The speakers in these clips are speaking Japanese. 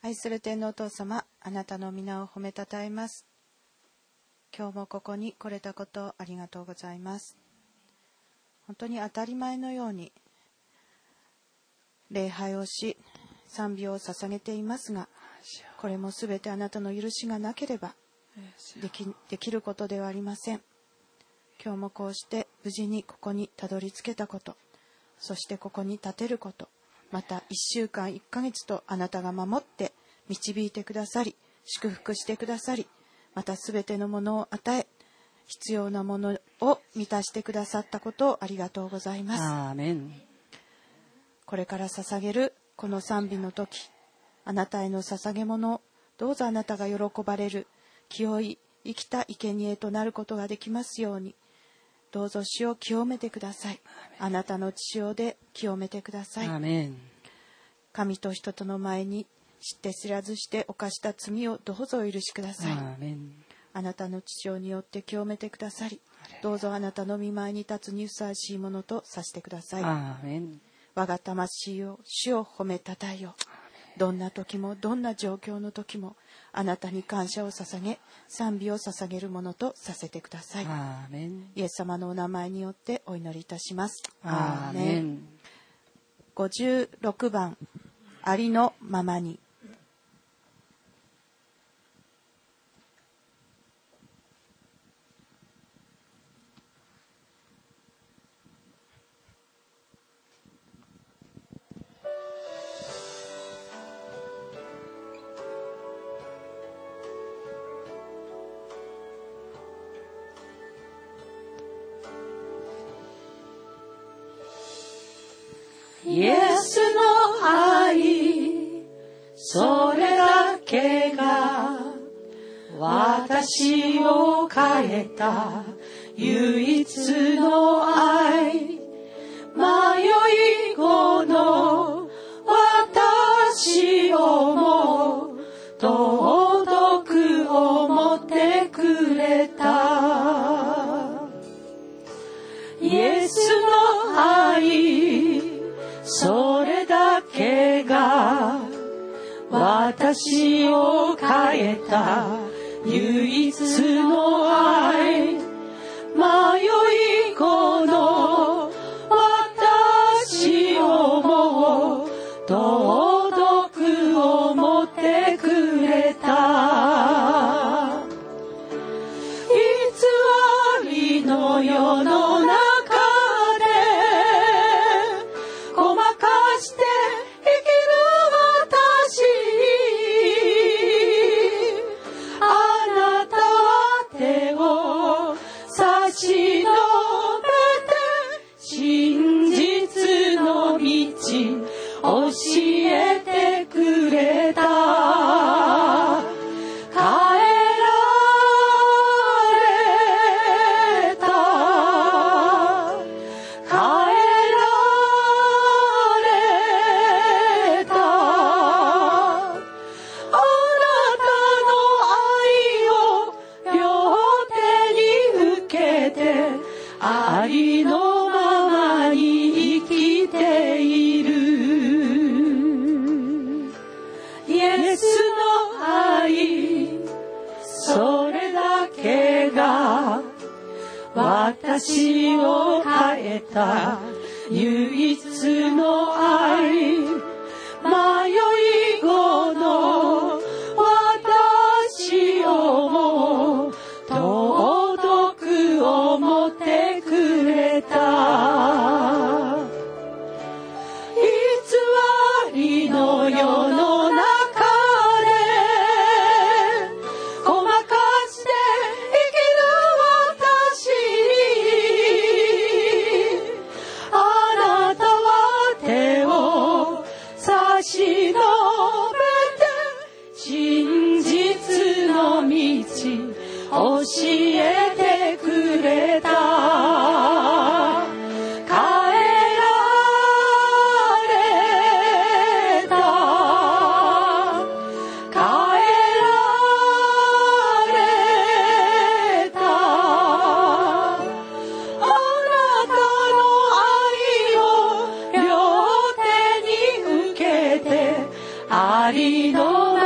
愛する天のお父様、あなたの皆を褒めたたえます。今日もここに来れたことをありがとうございます。本当に当たり前のように礼拝をし、賛美を捧げていますが、これもすべてあなたの許しがなければできることではありません。今日もこうして無事にここにたどり着けたこと、そしてここに立てること、また1週間1ヶ月とあなたが守って導いてくださり、祝福してくださり、またすべてのものを与え、必要なものを満たしてくださったことをありがとうございます。 アーメン。 これから捧げるこの賛美の時、あなたへの捧げ物をどうぞあなたが喜ばれる清い生きた生贄となることができますように、どうぞ主を清めてください。あなたの血潮で清めてください。 アーメン。 神と人との前に知って知らずして犯した罪をどうぞお許しください。 アーメン。 あなたの血潮によって清めてくださり、どうぞあなたの御前に立つにふさわしいものとさせてください。 アーメン。 我が魂を主を褒めたたえよ。どんな時もどんな状況の時もあなたに感謝を捧げ、賛美を捧げるものとさせてください。 アーメン。 イエス様のお名前によってお祈りいたします。 アーメン。 56番、ありのままに。 イエスの愛、それだけが私を変えた唯一の愛。迷い子の私をも尊く思ってくれた。イエスの愛、それだけが私を変えた唯一の愛。迷い子の私をも尊く思ってくれた。偽りの世の中教えてくれた。変えられた。変えられた。あなたの愛を両手に受けて、ありのままに生きている。イエスの愛、それだけが私を変えた唯一の愛。迷い子の私をも尊く思ってくれた。偽りの世の中でごまかして生きる私に、あなたは手を差し伸べて真実の道教えてくれた。ありの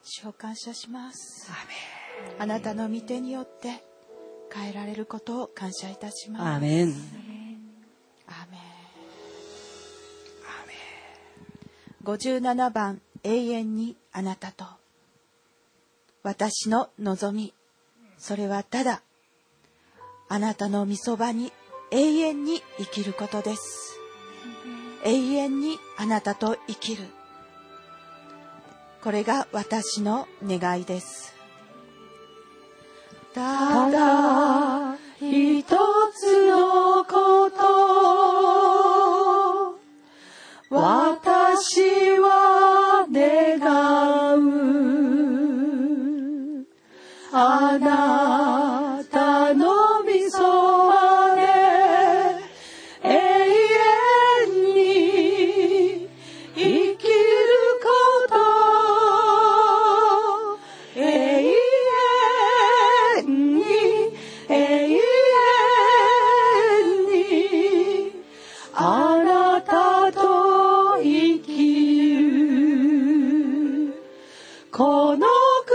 主を感謝します。あなたの御手によって変えられることを感謝いたします。 アーメン。 アーメン。57番、永遠にあなたと。私の望み、それはただあなたの御そばに永遠に生きることです。永遠にあなたと生きる、これが私の願いです。 ただ一つのこと、私は願う。あなたの御そばで永遠に生きること、永遠に永遠にあなたと生きる。この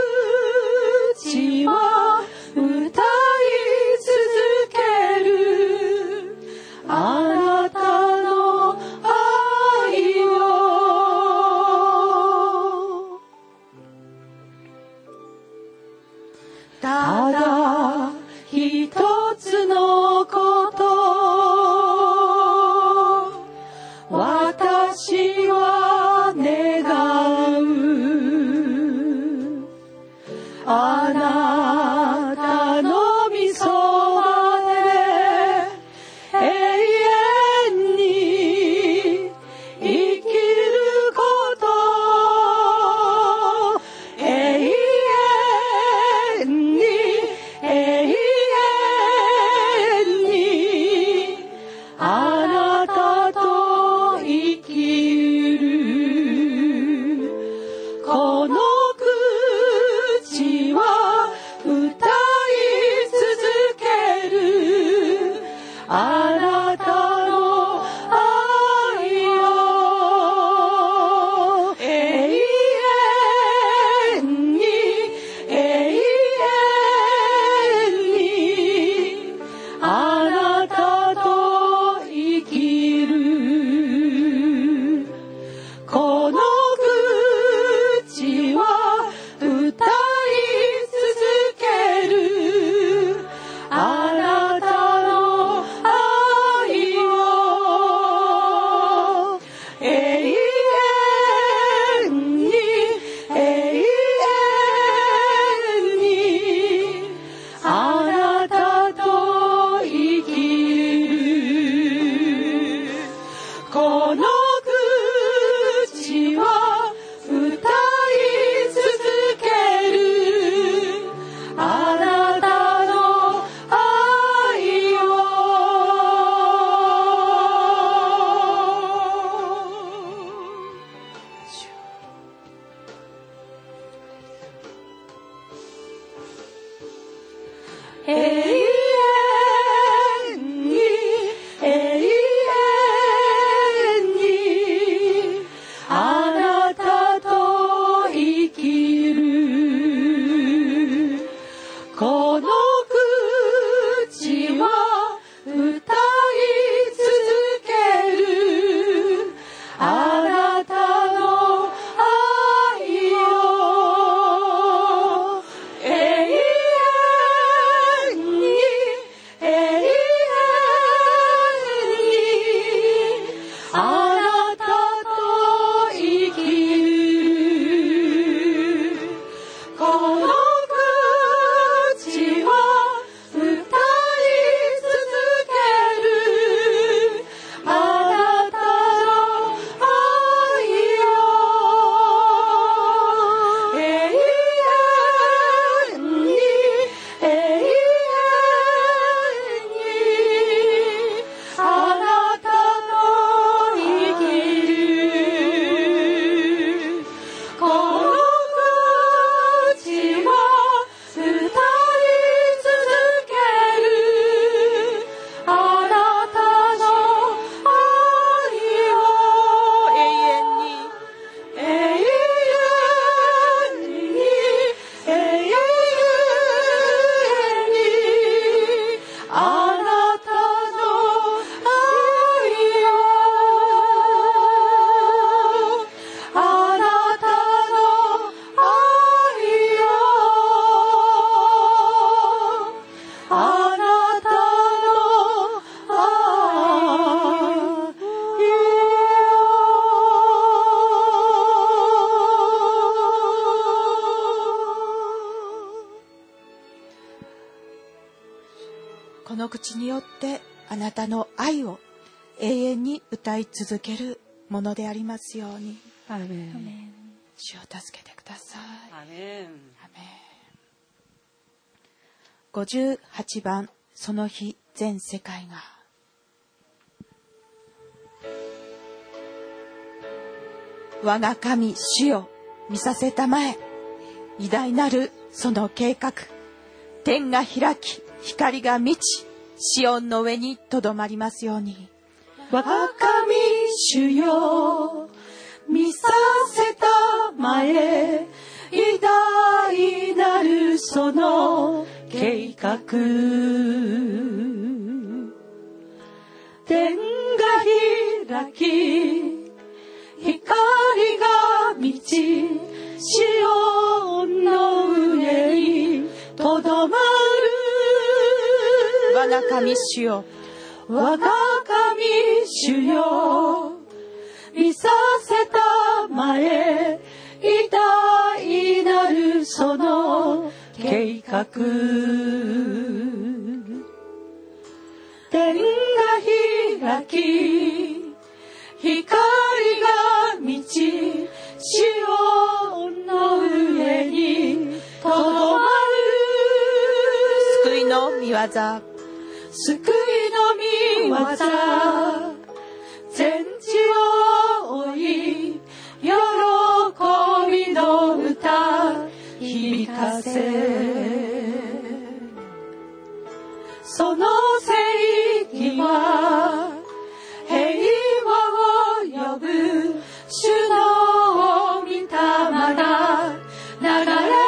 口は歌い続ける、あなたの愛を。ただ一つのこと、私は願う。あなたの御そばで永遠に生きること、永遠に永遠にあなたと生きる。この口は歌い続ける、あなたの愛を。永遠に永遠にあなたと生きる。この口は歌い続ける、あなたの愛を。永遠に永遠にあなたと生きる。この口は歌い続ける、あなたの愛を。永遠に永遠にあなたと生きる。この口は歌い続ける、あなたの愛を。永遠にの口によってあなたの愛を永遠に歌い続けるものでありますように。 アメン。 主を助けてください。 アメン。 アメン。58番、その日全世界が。我が神主よ、見させたまえ。偉大なるその計画。天が開き、光が満ち、シオンの上にとどまりますように。 我が神主よ、見させたまえ。偉大なるその計画。天が開き、光が満ち、シオンの上にとどまる。 我が神主よ、 我が神主よ、見させたまえ。偉大なるその計画。天が開き、光が満ち、シオンの上にとどまる。 救いの御業、 救いの御業、全地を追い、喜びの歌響かせ。その正義は平和を呼ぶ主の御霊が流れる。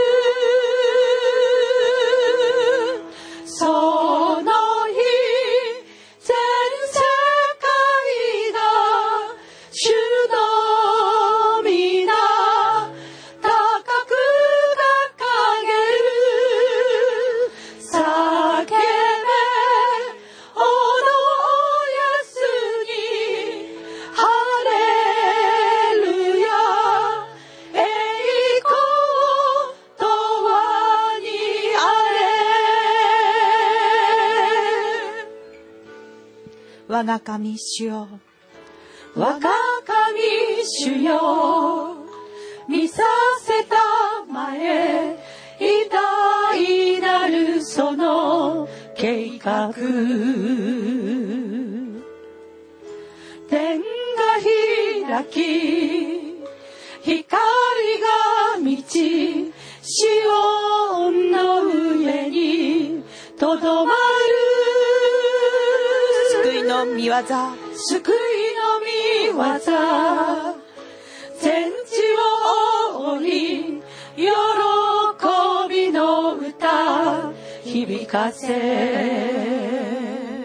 その日全世界が主の皆高く掲げる。叫べ王のイエスにハレルヤ。栄光と和にあれ。 我が神主よ、 我が神主よ、見させたまえ。偉大なるその計画。天が開き、光が満ち、シオンの上にとどまる。 救いの御業、 救いの御業、全地を追い、喜びの歌響かせ。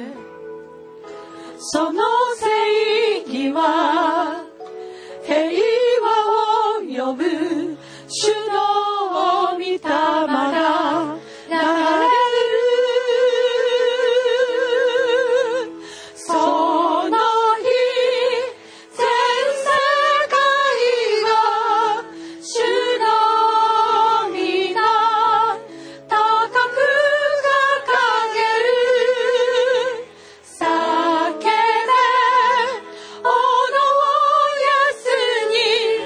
その正義は平和を呼ぶ主の御霊が流れる。その日全世界が主の皆高く掲げる。叫べ王のイエスに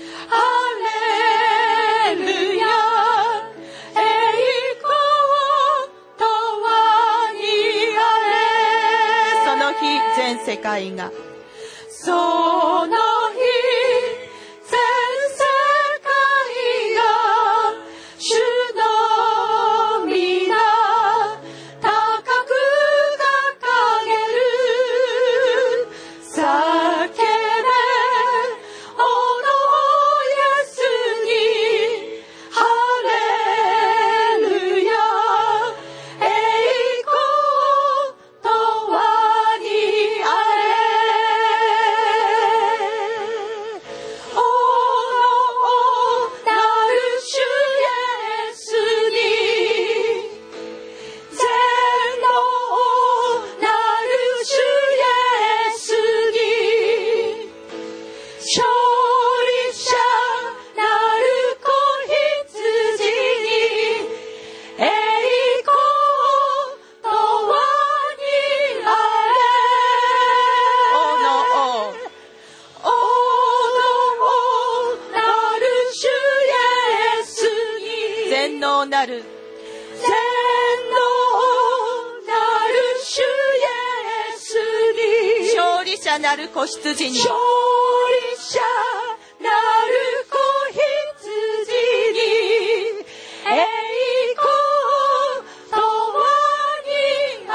ハレルヤ。栄光と和にあれ。 その日全世界が。 その日全世界が主の皆高く掲げる。叫べ王のイエスにハレルヤ。栄光と和にあれ。 能なる主イエスに勝利者なる子羊に勝利者なる子羊に栄光とはにあ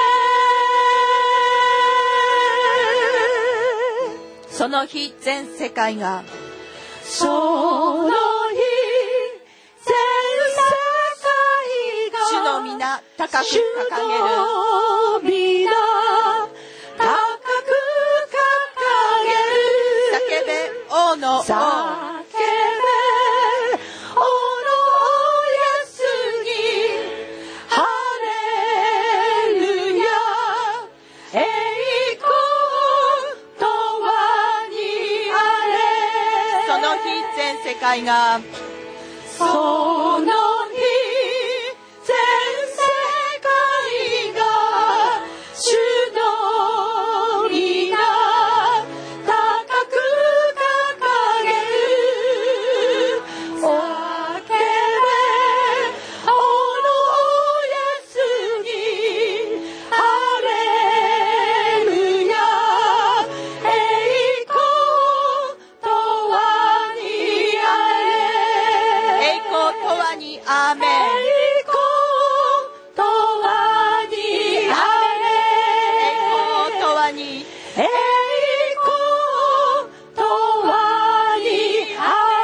れ。 その日全世界がその日全世界が主の皆高く掲げる主の皆高く掲げる叫べ王の王叫べ王のイエスにハレルヤ栄光とはにあれ。 その日全世界がその日全世界が主の皆高く掲げる叫べ王のイエスにハレルヤ栄光とはにあれ。 栄光とはにアーメン栄光とはにあれ。 栄光とはに栄光とはにあ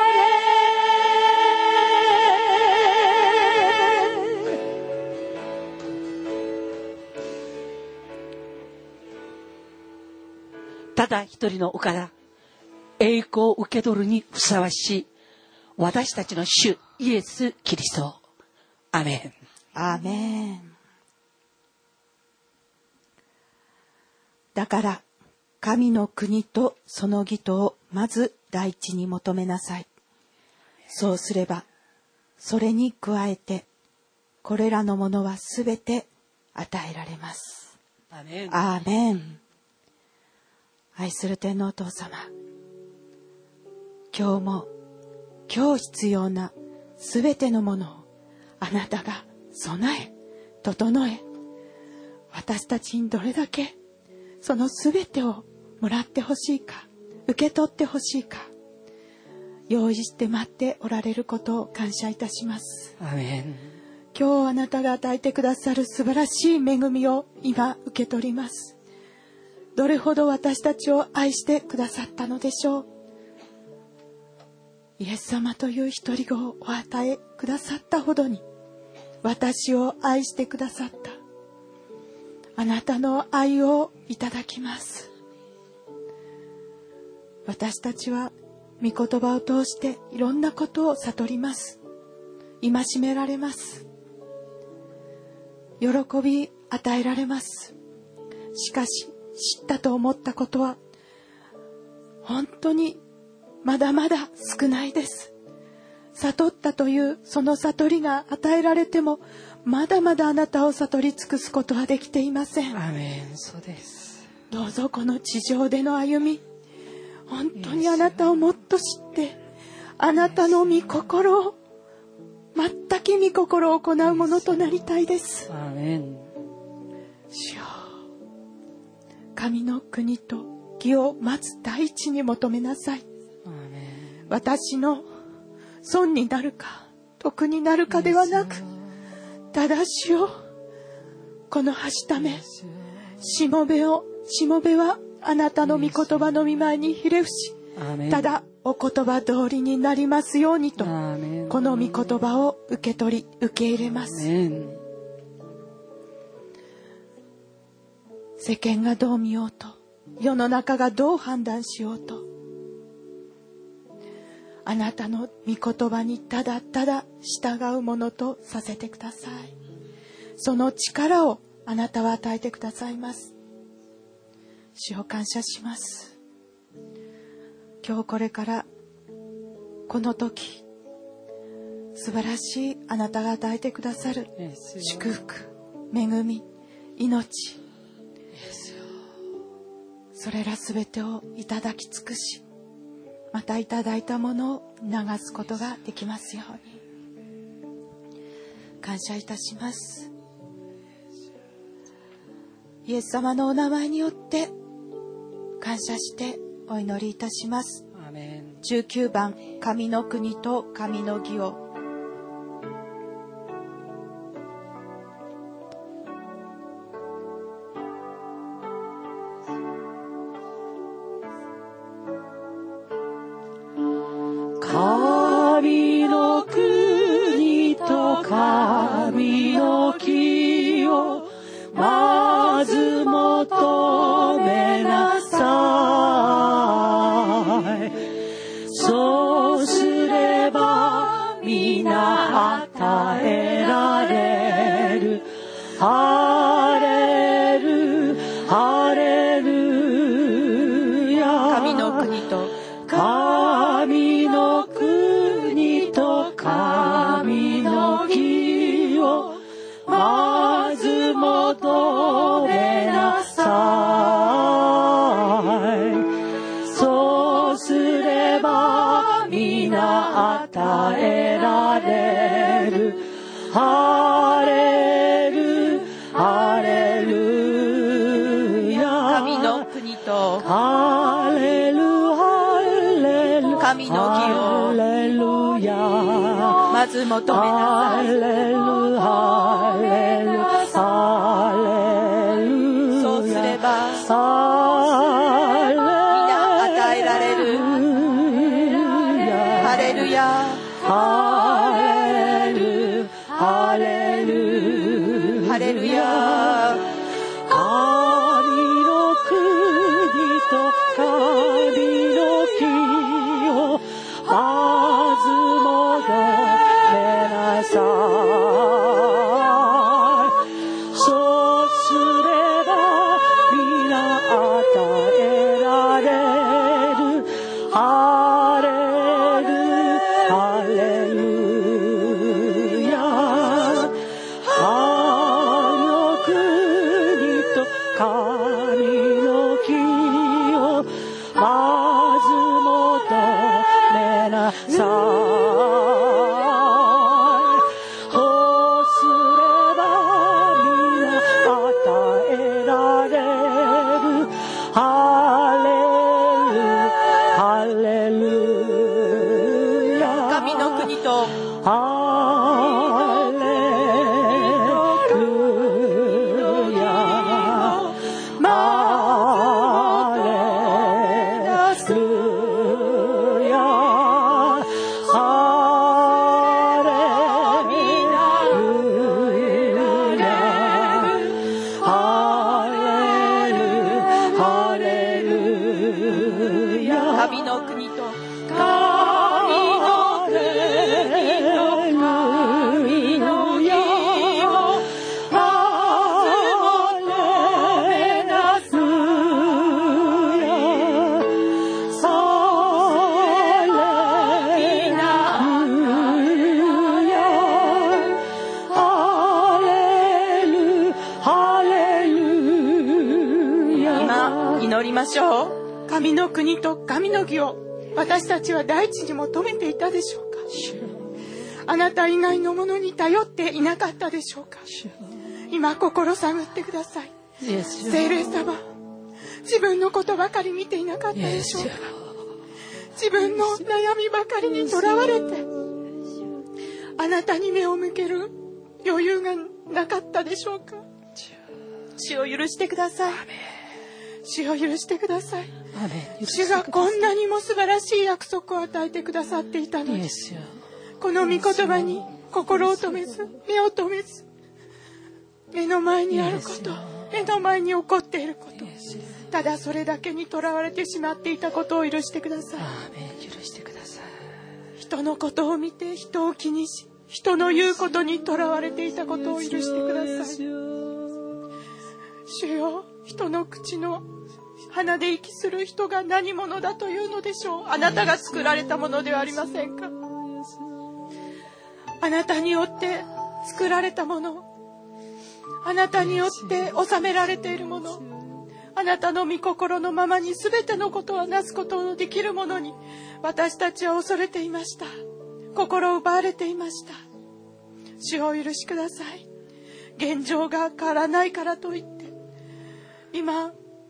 れ。ただ一人のお方、栄光を受け取るにふさわしい私たちの主イエス・キリスト。アメン。 アーメン。だから神の国とその義とをまず第一に求めなさい。そうすればそれに加えてこれらのものはすべて与えられます。 アメン。 アーメン。愛する天皇お父様、今日必要なすべてのものをあなたが備え整え、私たちにどれだけそのすべてをもらってほしいか、受け取ってほしいか、用意して待っておられることを感謝いたします。 アメン。 今日あなたが与えてくださる素晴らしい恵みを今受け取ります。どれほど私たちを愛してくださったのでしょう。イエス様という一人子をお与えくださったほどに私を愛してくださったあなたの愛をいただきます。私たちは御言葉を通していろんなことを悟ります。戒められます。喜び与えられます。しかし知ったと思ったことは本当にまだまだ少ないです。悟ったというその悟りが与えられてもまだまだあなたを悟り尽くすことはできていません。 アメン。そうです。 どうぞこの地上での歩み、本当にあなたをもっと知ってあなたの御心を全く御心を行うものとなりたいです。 アメン。 主よ、神の国と義をまず第一に求めなさい。 アメン。 私の損になるか得になるかではなく、ただ主よ、このはしためしもべはあなたの御言葉の御前にひれ伏し、ただお言葉通りになりますようにと、この御言葉を受け取り受け入れます。世間がどう見ようと、世の中がどう判断しようと、あなたの御言葉にただただ従うものとさせてください。その力をあなたは与えてくださいます。主を感謝します。今日これからこの時、素晴らしいあなたが与えてくださる祝福、恵み、命、それらすべてをいただき尽くし、またいただいたものを流すことができますように。 感謝いたします。イエス様のお名前によって感謝してお祈りいたします。19番、神の国と神の義を。 神の国と神の義をまず求めなさい。そうすれば皆与えられる。ハレルハレルヤ。 神の国と神の国と神の義をまず求めなさい。そうすれば皆与えられる。ハレルハレルヤ。 神の国とハレルハレル神の義をまず求めなさい。そうすれば皆与えられる。ハレルヤハレルハレルハレルヤ。 神の国と神の義をまず求めなさい。そうすれば皆与えられる。ハレルハレルヤ。神の国と神の義をまず求めなさい。そうすれば皆与えられる。ハレルハレルヤ。 神の国とハレルヤ。ハレルヤ。ハレルヤ。ハレルヤ。 神の国と神の国と神の義をまず求めなさい。ハレルヤ。ハレルハレルヤ。 今祈りましょう。神の国と神の義を私たちは第一に求めていたでしょうか。あなた以外のものに頼っていなかったでしょうか。今心探ってください。聖霊様、自分のことばかり見ていなかったでしょうか。自分の悩みばかりにとらわれてあなたに目を向ける余裕がなかったでしょうか。主を許してください。主を許してください。主がこんなにも素晴らしい約束を与えてくださっていたのに、この御言葉に心を止めず、目を止めず、目の前にあること、目の前に起こっていること、ただそれだけにとらわれてしまっていたことを許してください。人のことを見て人を気にし、人の言うことにとらわれていたことを許してください。主よ、人の口の鼻で息する人が何者だというのでしょう。あなたが作られたものではありませんか。あなたによって作られたもの、あなたによって収められているもの、あなたの御心のままに全てのことをなすことのできるものに私たちは恐れていました。心を奪われていました。 主をお許しください。現状が変わらないからといって、今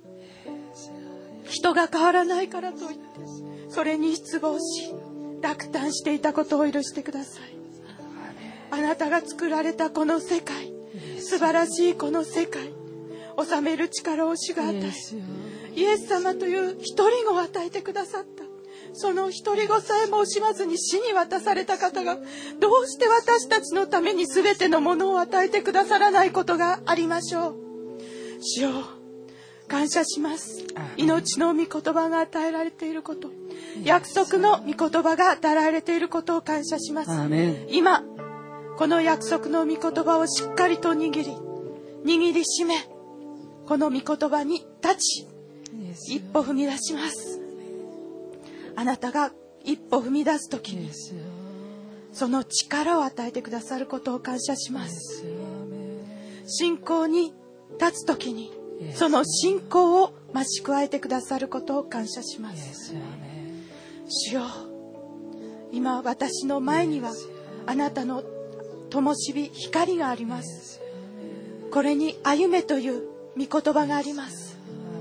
人が変わらないからといってそれに失望し落胆していたことを許してください。あなたが作られたこの世界、素晴らしいこの世界、治める力を主が与え、イエス様という一人子を与えてくださった。その一人子さえも惜しまずに死に渡された方が、どうして私たちのために全てのものを与えてくださらないことがありましょう。主よ、感謝します。命の御言葉が与えられていること、約束の御言葉が与えられていることを感謝します。今この約束の御言葉をしっかりと握りしめ、この御言葉に立ち、一歩踏み出します。あなたが一歩踏み出すときにその力を与えてくださることを感謝します。信仰に立つときにその信仰を増し加えてくださることを感謝します。主よ、今私の前にはあなたの灯火、光があります。これに歩めという御言葉があります。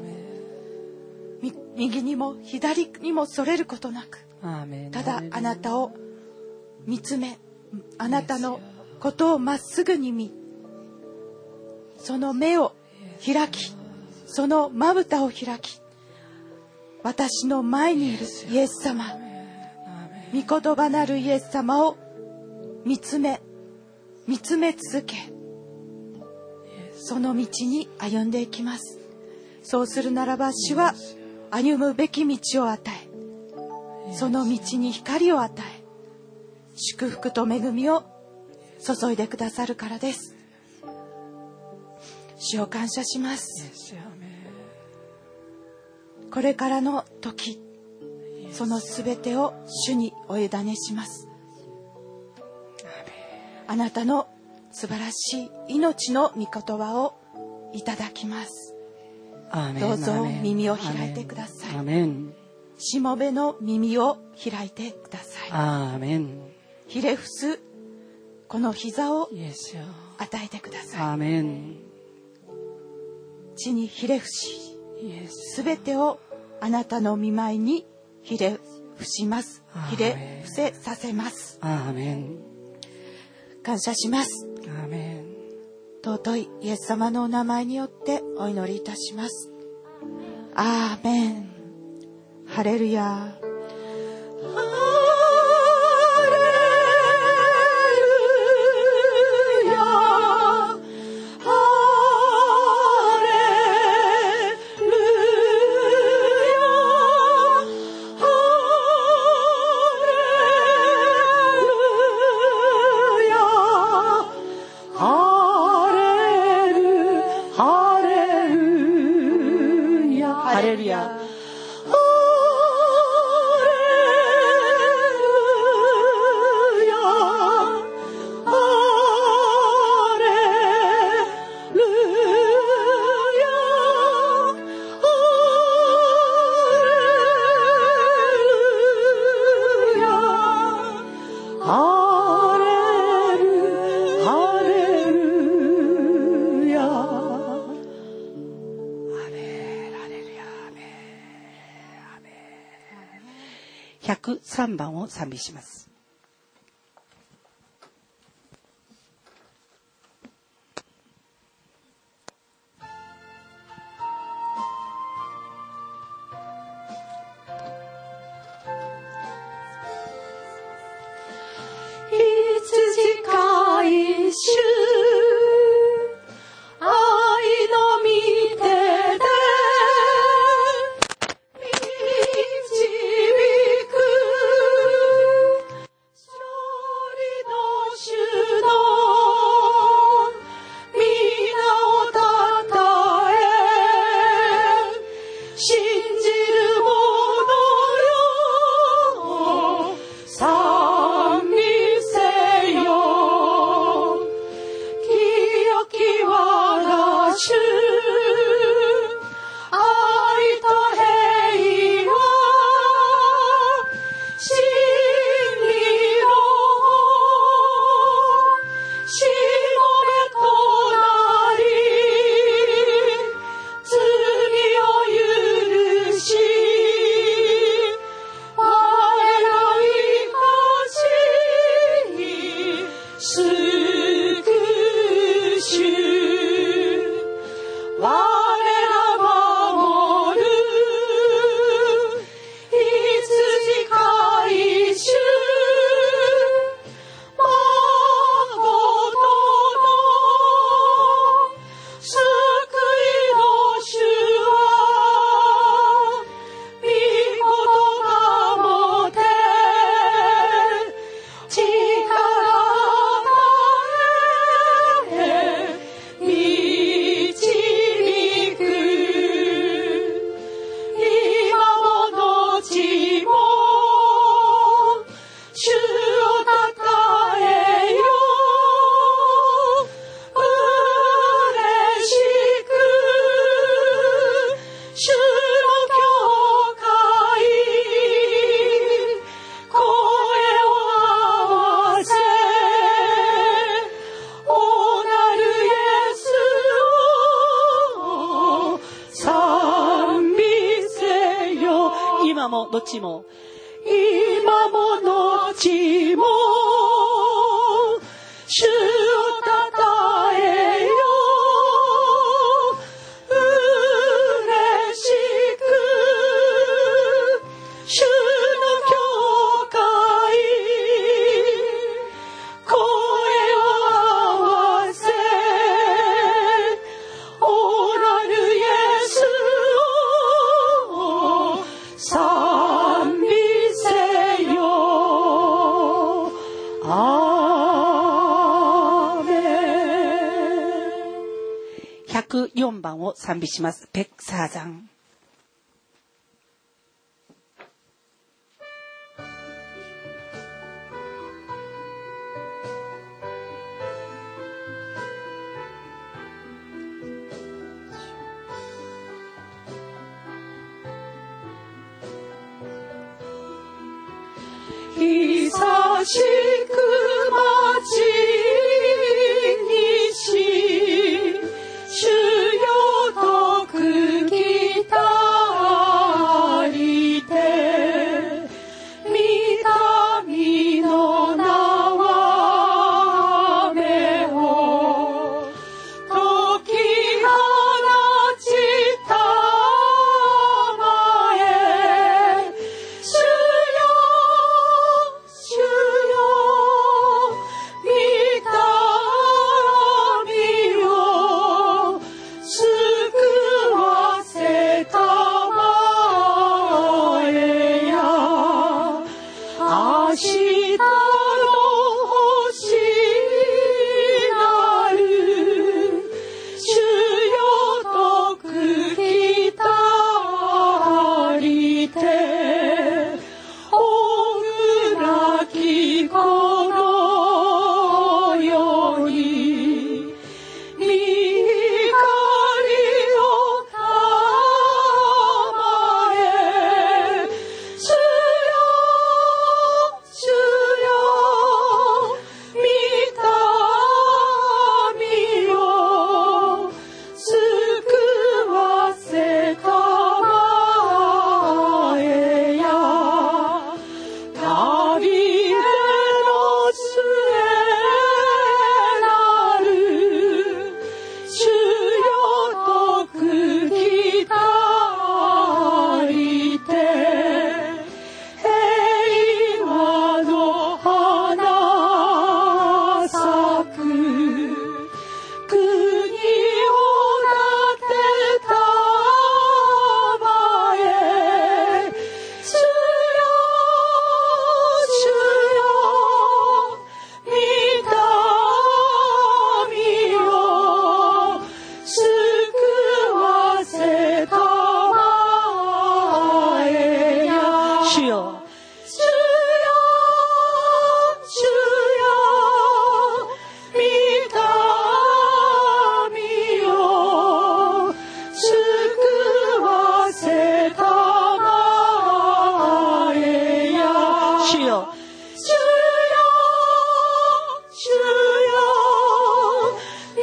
右にも左にもそれることなく、ただあなたを見つめ、あなたのことをまっすぐに見、その目を開き、そのまぶたを開き、私の前にいるイエス様、御言葉なるイエス様を見つめ続け、その道に歩んでいきます。そうするならば主は歩むべき道を与え、その道に光を与え、祝福と恵みを注いでくださるからです。主を感謝します。これからの時、そのすべてを主にお委ねします。あなたの素晴らしい命の御言葉をいただきます。どうぞ耳を開いてください。しもべの耳を開いてください。ひれ伏すこの膝を与えてください。地にひれ伏し、すべてをあなたの御前にひれ伏します。ひれ伏せさせます。感謝します。尊いイエス様のお名前によってお祈りいたします。アーメン。ハレルヤ。 103番を賛美します。 羊飼い主、愛の御手でも後も今も後も主をたたえよ嬉しく主の教会声を合わせおらるイエスを賛美せよ。アーメン。104番を賛美します。ペッサー山。久しく待ちにし主よとくきたりて御神の名はめを解き放ちたまえ主よ主よ御神を救わせたまえや明日の星なる主よとくきたりてお暗きこの世に御光をたまえ主よ主よ御神を救わせたまえや旅への末なる主よとくきたりて平和の花咲く国を立てたまえ主よ主よ御神を救わせたまえや主よ主よ主よ御神を救わせたまえや主よ主よ主よ御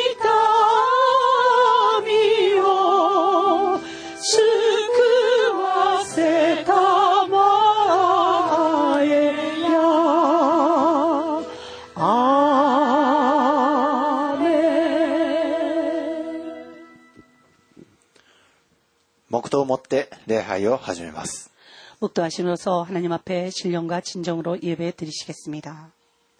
神を救わせたまえやアーメン。 黙祷をもって礼拝を始めます。 묵도하시면서 하나님 앞에 신령과 진정으로 예배드리시겠습니다.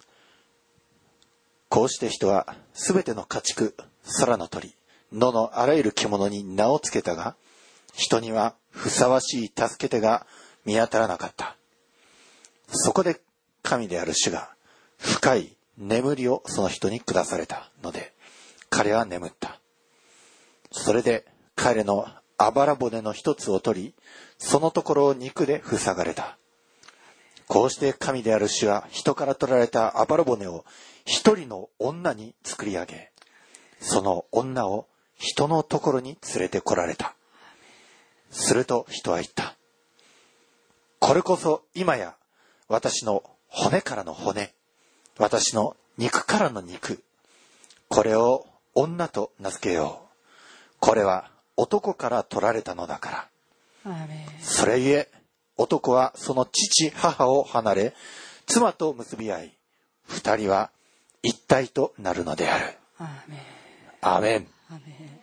こうして人はすべての家畜、空の鳥、野のあらゆる獣に名をつけたが、人にはふさわしい助け手が見当たらなかった。そこで神である主が深い眠りをその人に下されたので、彼は眠った。それで彼のあばら骨の一つを取り、そのところを肉で塞がれた。こうして神である主は人から取られたあばら骨を一人の女に作り上げ、その女を人のところに連れて来られた。すると人は言った。これこそ今や私の骨からの骨、私の肉からの肉。これを女と名付けよう。これは男から取られたのだから。それゆえ男はその父母を離れ、妻と結び合い、二人は一体となるのである。 アーメン。 アーメン。 アーメン。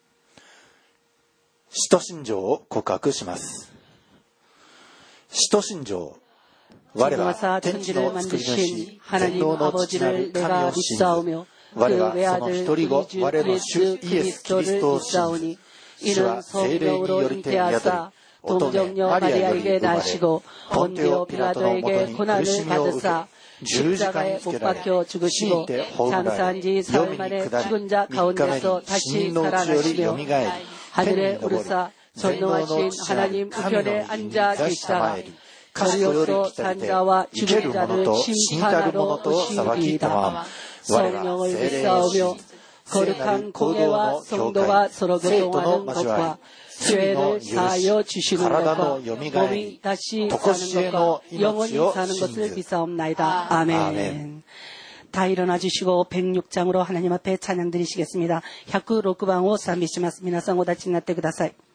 使徒信条を告白します。使徒信条。我は天地の作り主、全能の父なる神を信ず。我はその一人子、我の主イエス・キリストを信ず。主は聖霊によりて宿り、乙女マリアより生まれ、ポンテオ・ピラトのもとに苦しみを受け、十字架につけられ、死にて葬られ、黄泉に下り、3日目に死人のうちよりよみがえり、天に昇る、全能の父なる神の右に座したまえり、神より来たりて、生ける者と死にたる者と裁きたまん。我は聖霊を信じ、聖なる行動の教会、生徒の交わり、罪の許し、体のよみがえり、とこしえの命を信ず。 アーメン。다 일어나 주시고 106장으로 하나님 앞에 찬양 드리시겠습니다. 106번を賛美します。皆さんお立ちになってください。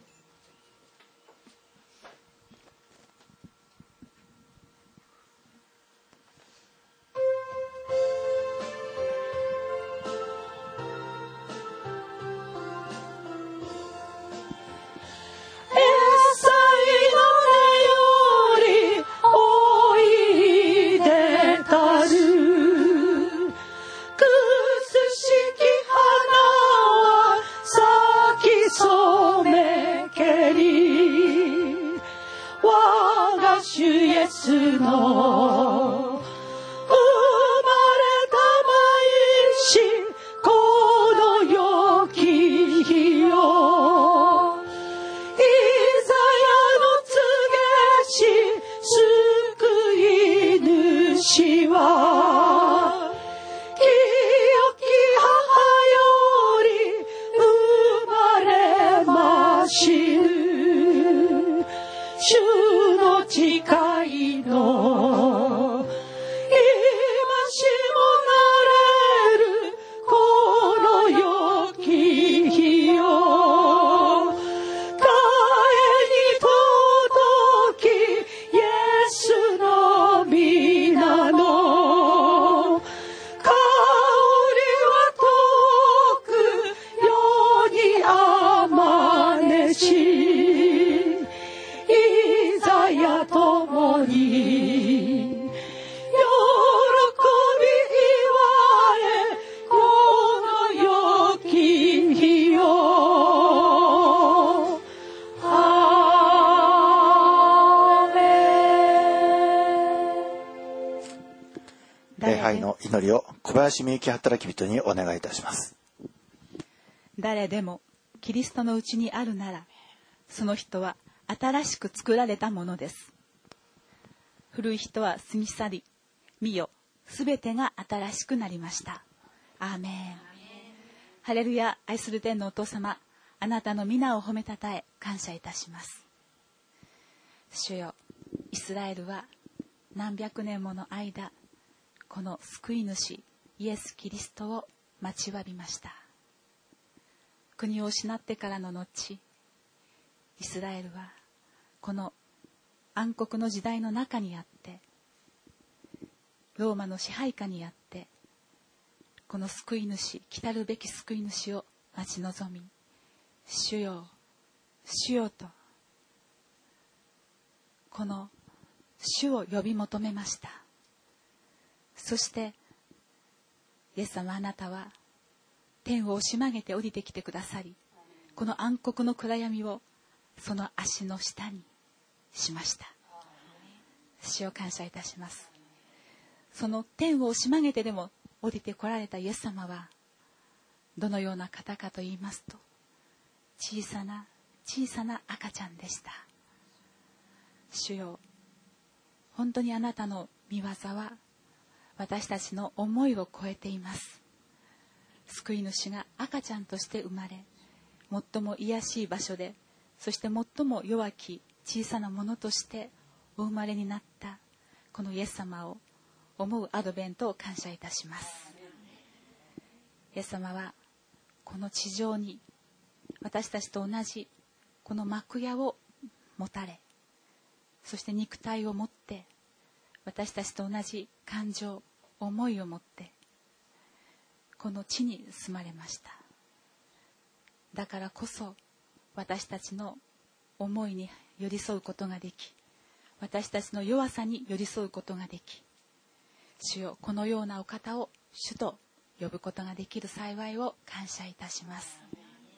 小林美幸働き人にお願いいたします。 誰でもキリストのうちにあるなら、その人は新しく作られたものです。古い人は過ぎ去り、見よ、すべてが新しくなりました。アーメン。ハレルヤ。愛する天のお父様、あなたの皆を褒めたたえ感謝いたします。主よ、イスラエルは何百年もの間、この救い主イエス・キリストを待ちわびました。国を失ってからの後、イスラエルはこの暗黒の時代の中にあって、ローマの支配下にあって、この救い主、来たるべき救い主を待ち望み、主よ、主よと、この主を呼び求めました。そしてイエス様、あなたは天を押し曲げて降りてきてくださり、この暗黒の暗闇をその足の下にしました。主を感謝いたします。その天を押し曲げてでも降りてこられたイエス様はどのような方かと言いますと、小さな小さな赤ちゃんでした。主よ、本当にあなたの御業は私たちの思いを超えています。救い主が赤ちゃんとして生まれ、最も卑しい場所で、そして最も弱き小さなものとしてお生まれになったこのイエス様を思うアドベントを感謝いたします。イエス様はこの地上に私たちと同じこの幕屋を持たれ、 そして肉体を持って、私たちと同じ感情、思いを持ってこの地に住まれました。だからこそ私たちの思いに寄り添うことができ、私たちの弱さに寄り添うことができ、主よ、このようなお方を主と呼ぶことができる幸いを感謝いたします。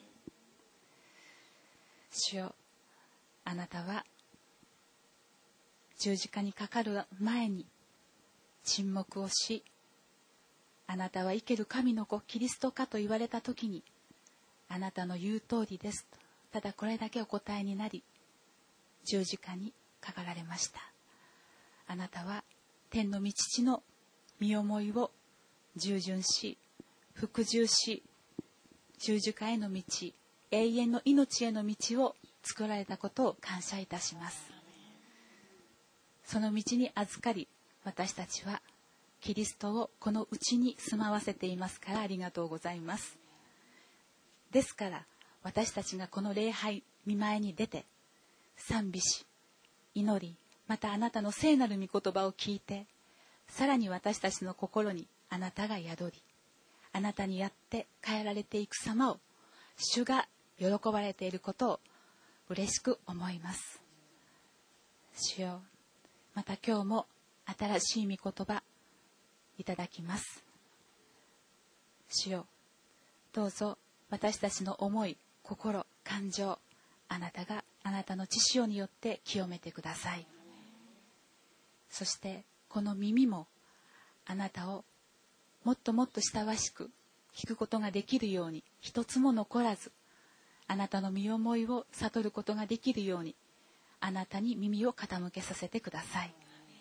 主よ、あなたは十字架にかかる前に沈黙をし、あなたは生ける神の子キリストかと言われた時に、あなたの言う通りですとただこれだけお答えになり、十字架にかかられました。あなたは天の御父の身思いを従順し、服従し、十字架への道、永遠の命への道を作られたことを感謝いたします。その道に預かり、私たちはキリストをこのうちに住まわせていますから、ありがとうございます。ですから私たちがこの礼拝御前に出て賛美し、祈り、またあなたの聖なる御言葉を聞いて、さらに私たちの心にあなたが宿り、あなたにやって変えられていく様を主が喜ばれていることを嬉しく思います。主よ、また今日も新しい御言葉いただきます。主よ、どうぞ私たちの思い、心、感情、あなたがあなたの知潮によって清めてください。そしてこの耳もあなたをもっともっと親しく聞くことができるように、一つも残らずあなたの身思いを悟ることができるように、あなたに耳を傾けさせてください。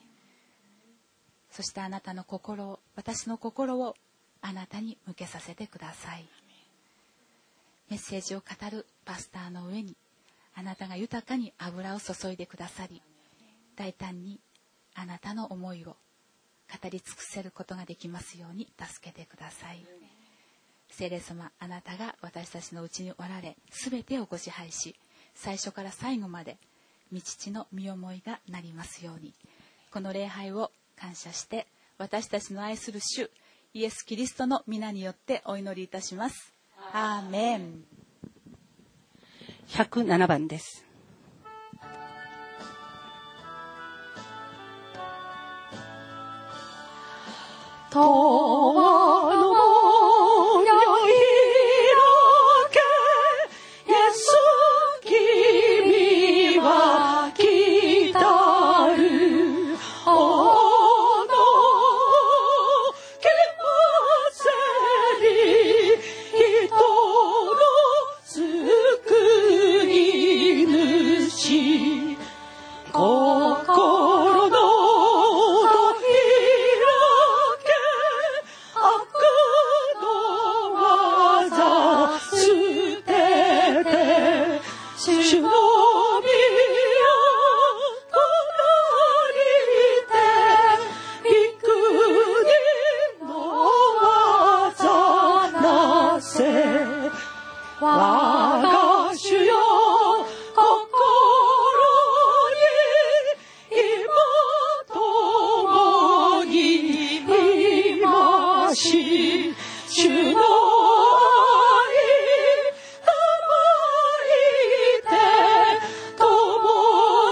そしてあなたの心を、私の心をあなたに向けさせてください。メッセージを語るパスターの上にあなたが豊かに油を注いでくださり、大胆にあなたの思いを語り尽くせることができますように助けてください。聖霊様、あなたが私たちのうちにおられ、すべてをご支配し、最初から最後まで御父の身思いがなりますように、この礼拝を感謝して私たちの愛する主イエス・キリストの皆によってお祈りいたします。アーメン。 107番です。永遠の門よ開け、イエス君は来たる。おのけませり人の救い主、心の我が主よ、心に今共にいまし、主の愛たまいて共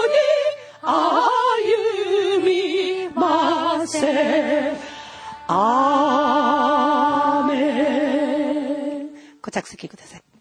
に歩みませ。アーメン。ご着席ください。